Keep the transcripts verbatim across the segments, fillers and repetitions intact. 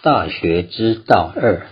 大学之道二。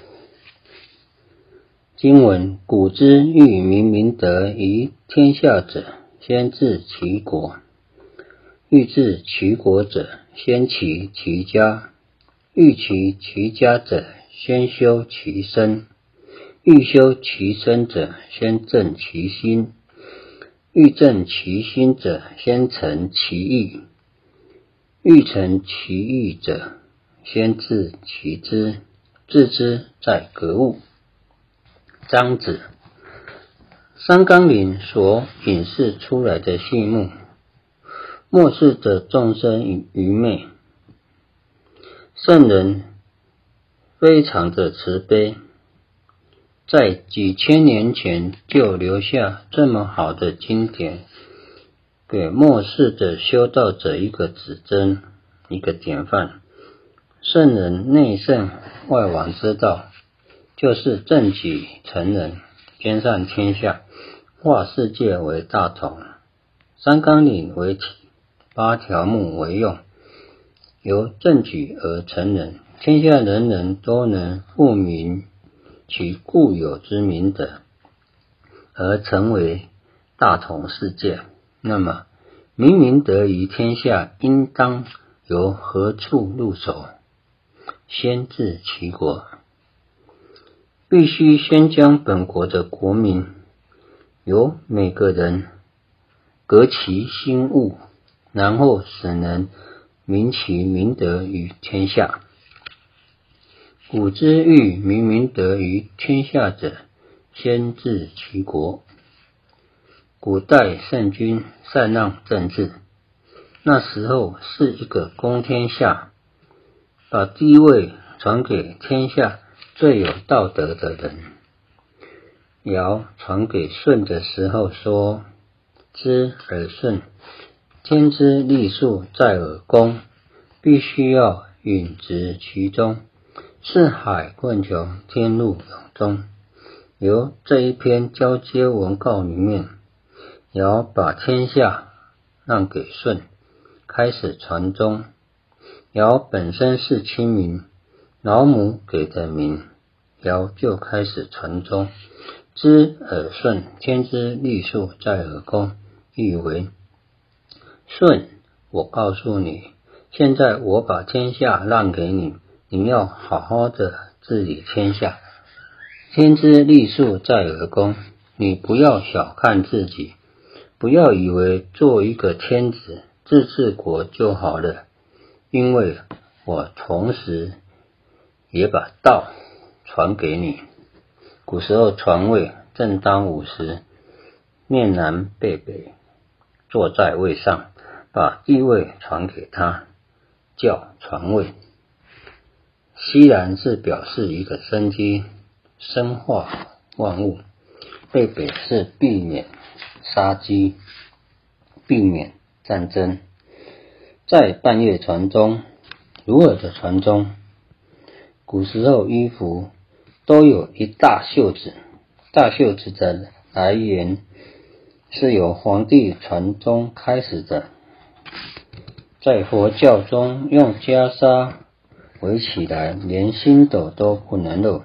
经文：古之欲明明德于天下者，先治其国；欲治其国者，先齐其家；欲齐其家者，先修其身；欲修其身者，先正其心；欲正其心者，先诚其意；欲诚其意者，先治其知。治之在格物。章子。三纲领所引示出来的序幕，末世者众生愚昧，圣人非常的慈悲，在几千年前就留下这么好的经典，给末世的修道者一个指针，一个典范。圣人内圣外王之道，就是正己成人，兼善天下，化世界为大同。三纲领为体，八条目为用，由正己而成人，天下人人都能复明其固有之明德，而成为大同世界。那么明明德于天下，应当由何处入手？先治其国。必须先将本国的国民，由每个人革其心物，然后使人明其明德于天下。古之欲明明德于天下者，先治其国。古代圣君禅让政治，那时候是一个公天下，把地位传给天下最有道德的人。尧传给舜的时候说：知而顺，天之利数在耳公，必须要允直其中，四海困穷，天路永中。由这一篇交接文告里面，尧把天下让给舜，开始传宗。尧本身是亲民，老母给的名，尧就开始传宗。知而顺，天之利数在耳公，意为舜，我告诉你，现在我把天下让给你，你要好好的治理天下。天之利数在耳公，你不要小看自己，不要以为做一个天子治治国就好了，因为我同时也把道传给你。古时候传位，正当午时，面南背北，坐在位上，把地位传给他，叫传位。西南是表示一个生机，生化万物；背北是避免杀机，避免战争。在半夜传宗，如何的传宗？古时候衣服都有一大袖子，大袖子的来源是由皇帝传宗开始的。在佛教中，用袈裟围起来，连星斗都不能露。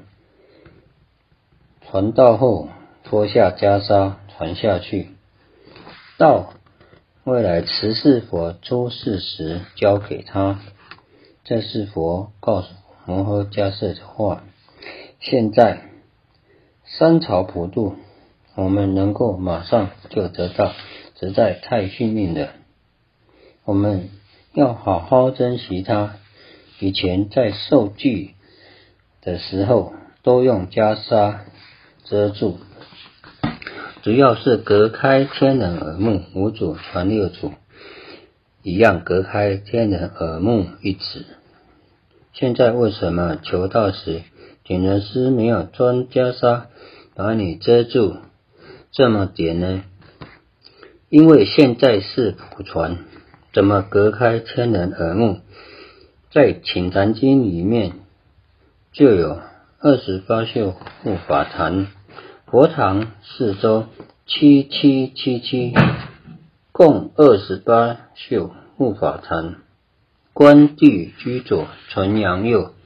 传道后脱下袈裟传下去，道未来持世佛出世时交给他，这是佛告诉摩诃迦叶的话。现在三朝普渡，我们能够马上就得到，实在太幸运了。我们要好好珍惜它。以前在受祭的时候，都用袈裟遮住，主要是隔开天人耳目，五祖传六祖一样隔开天人耳目一指。现在为什么求道时点人师没有装袈裟把你遮住这么点呢？因为现在是普传，怎么隔开天人耳目？在请坛经里面就有二十八宿护法坛，佛堂四周七七七七，共二十八宿护法坛。观地居左，纯阳右，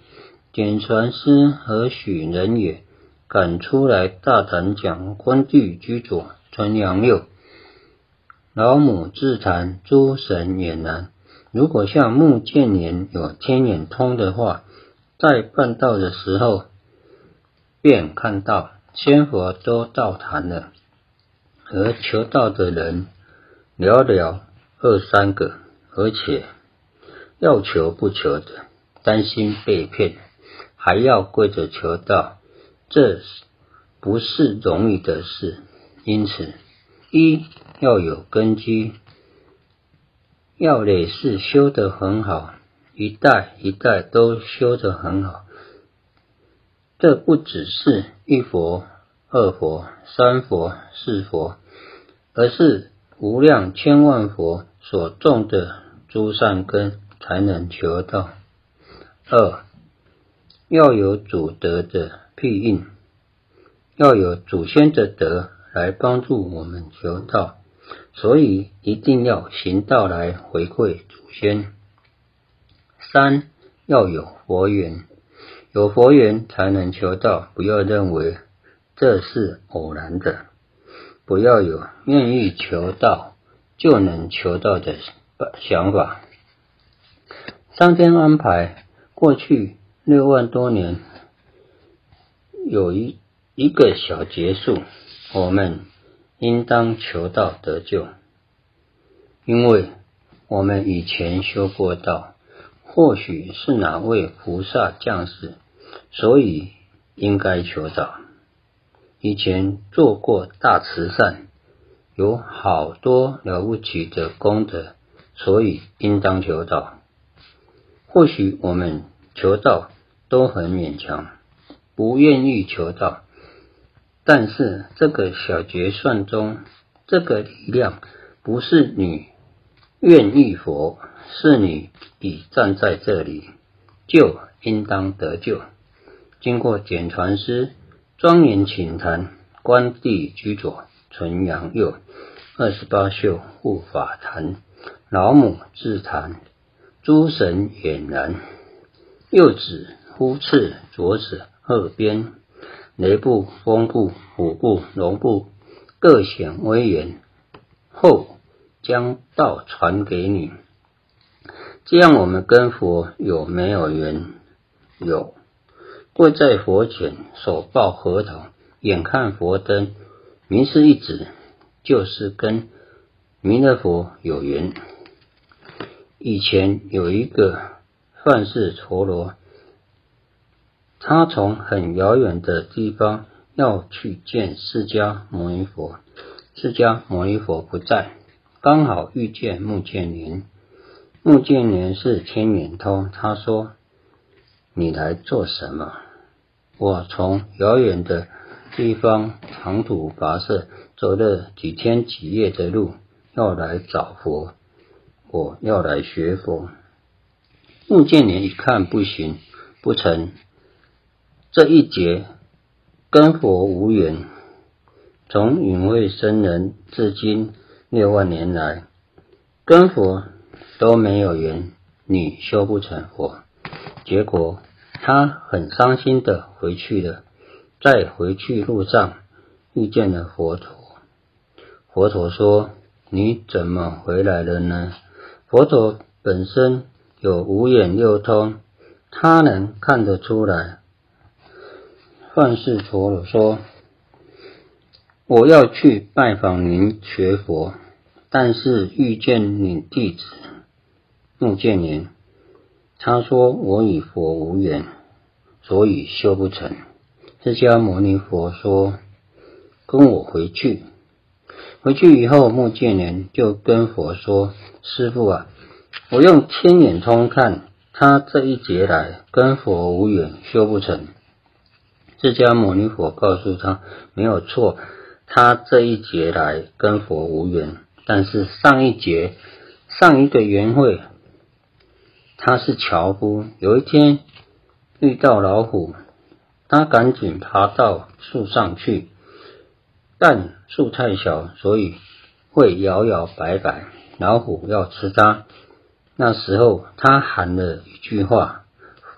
简传师何许人也，敢出来大胆讲官地居左，纯阳右，老母自谈，诸神俨然。如果像穆建年有天眼通的话，在办道的时候便看到仙佛都到谈了，而求道的人寥寥二三个，而且要求不求的，担心被骗，还要跪着求道，这不是容易的事。因此，一要有根基，要累世修得很好，一代一代都修得很好。这不只是一佛、二佛、三佛、四佛，而是无量千万佛所种的诸善根才能求道。二，要有祖德的庇应，要有祖先的德来帮助我们求道，所以一定要行道来回馈祖先。三，要有佛缘，有佛缘才能求道，不要认为这是偶然的，不要有愿意求道就能求道的想法。上天安排，过去六万多年有一一个小结束，我们应当求道得救，因为我们以前修过道，或许是哪位菩萨降世，所以应该求道。以前做过大慈善，有好多了不起的功德，所以应当求道。或许我们求道都很勉强，不愿意求道，但是这个小结算中，这个力量不是你愿意佛，是你已站在这里，就应当得救。经过简传师庄严请坛，观地居左，纯阳右，二十八宿护法坛，老母自谈，诸神俨然。右指呼次，左指鹤边，雷部、风部、虎部、龙部各显威严，后将道传给你。这样我们跟佛有没有缘？有。跪在佛前，手抱合同，眼看佛灯，明示一指，就是跟弥勒佛有缘。以前有一个范氏陀罗，他从很遥远的地方要去见释迦牟尼佛，释迦牟尼佛不在，刚好遇见目犍连。目犍连是天眼通，他说：你来做什么？我从遥远的地方长途跋涉，走了几天几夜的路，要来找佛，我要来学佛。目犍连一看不行，不成，这一劫跟佛无缘，从允慧生人至今六万年来，跟佛都没有缘，你修不成佛。结果他很伤心的回去了，在回去路上遇见了佛陀。佛陀说：你怎么回来了呢？佛陀本身有五眼六通，他能看得出来。范氏陀罗说：我要去拜访您学佛，但是遇见你弟子目犍连，他说我与佛无缘，所以修不成。释迦牟尼佛说：跟我回去。回去以后，目犍连就跟佛说：师父啊，我用天眼通看，他这一劫来跟佛无缘，修不成。释迦牟尼佛告诉他：没有错，他这一劫来跟佛无缘，但是上一劫上一个缘会，他是樵夫，有一天遇到老虎，他赶紧爬到树上去，但树太小，所以会摇摇摆摆，老虎要吃它。那时候他喊了一句话：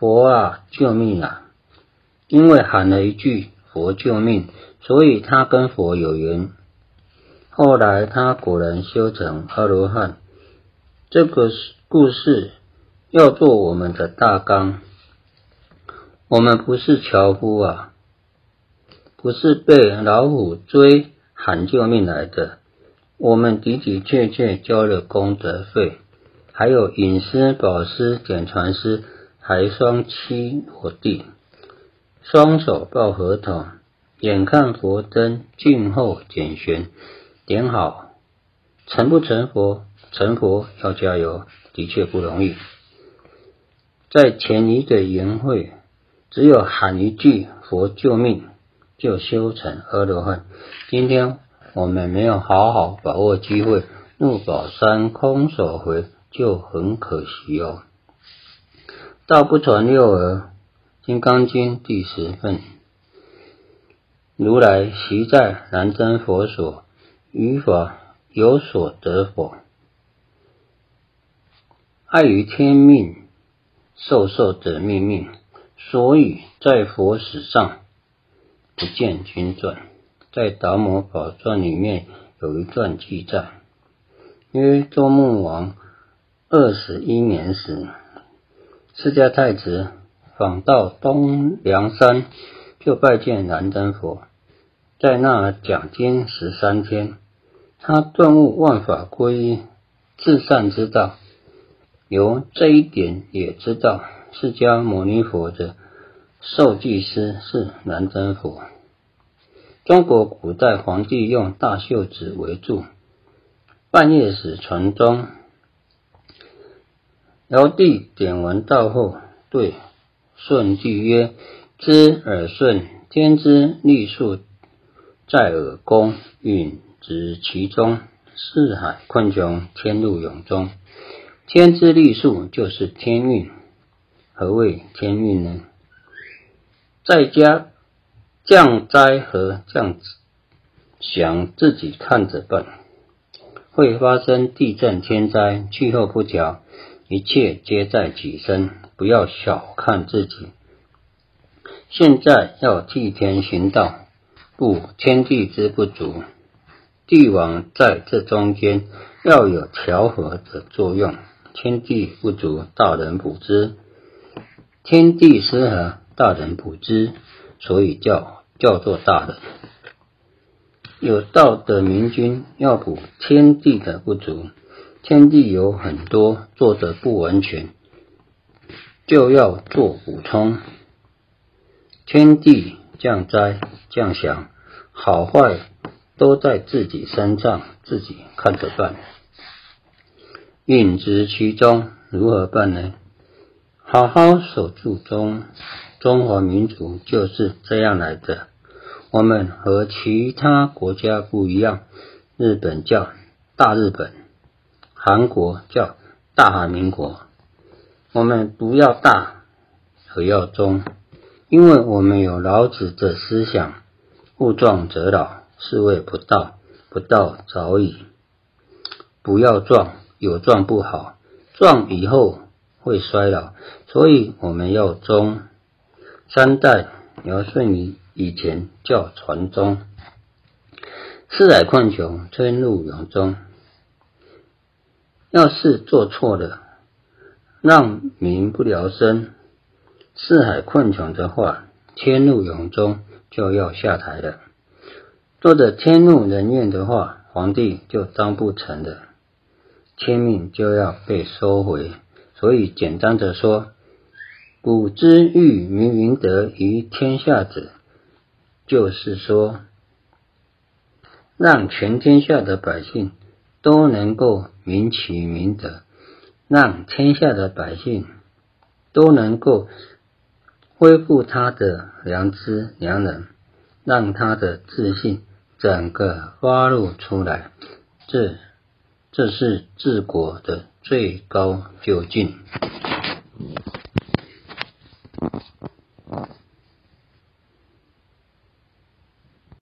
佛啊，救命啊！因为喊了一句佛救命，所以他跟佛有缘。后来他果然修成阿罗汉。这个故事要做我们的大纲。我们不是樵夫啊，不是被老虎追喊救命来的，我们的的确确交了功德费，还有隐师、宝师、点传师，还双膝落地，双手抱合同，眼看佛灯，静候点悬，点好，成不成佛？成佛要加油，的确不容易。在前一个言会，只有喊一句佛救命，就修成阿罗汉。今天我们没有好好把握机会，入宝山空手回，就很可惜哦。道不传幼儿，金刚经第十份。如来习在燃灯佛所，于法有所得否？碍于天命，受受者命命，所以在佛史上不见经传。在达摩宝传里面有一段记载，约周穆王二十一年时，释迦太子访到东梁山，就拜见燃灯佛，在那讲经十三天，他顿悟万法归一，至善之道。由这一点也知道，释迦牟尼佛的受记师是燃灯佛。中国古代皇帝用大袖子为柱，半夜时传钟，尧帝点完道后，对舜帝曰：知耳顺，天之历数在耳宫，允执其中，四海困穷，天入永中。天之历数就是天运。何谓天运呢？在家降灾和降祥自己看着办，会发生地震天灾，气候不调，一切皆在己身，不要小看自己。现在要替天行道，补天地之不足，帝王在这中间要有调和的作用。天地不足，大人补之；天地失和，大人补之，所以叫叫做大人。有道的明君要补天地的不足，天地有很多做得不完全，就要做补充。天地降灾降祥，好坏都在自己身上，自己看着办。运执其中，如何办呢？好好守住中，中华民族就是这样来的。我们和其他国家不一样，日本叫大日本，韩国叫大韩民国。我们不要大，而要中，因为我们有老子的思想，物壮则老，是谓不道，不道早已。不要壮，有壮不好，壮以后会衰老，所以我们要中。三代尧舜禹以前叫传宗，四海困穷，天入永中。要是做错了，让民不聊生，四海困穷的话，天入永中就要下台了。做的天怒人怨的话，皇帝就当不成了，天命就要被收回。所以简单的说，古之欲明明德于天下者，就是说让全天下的百姓都能够明其明德，让天下的百姓都能够恢复他的良知良能，让他的自信整个发露出来，这这是治国的最高究竟。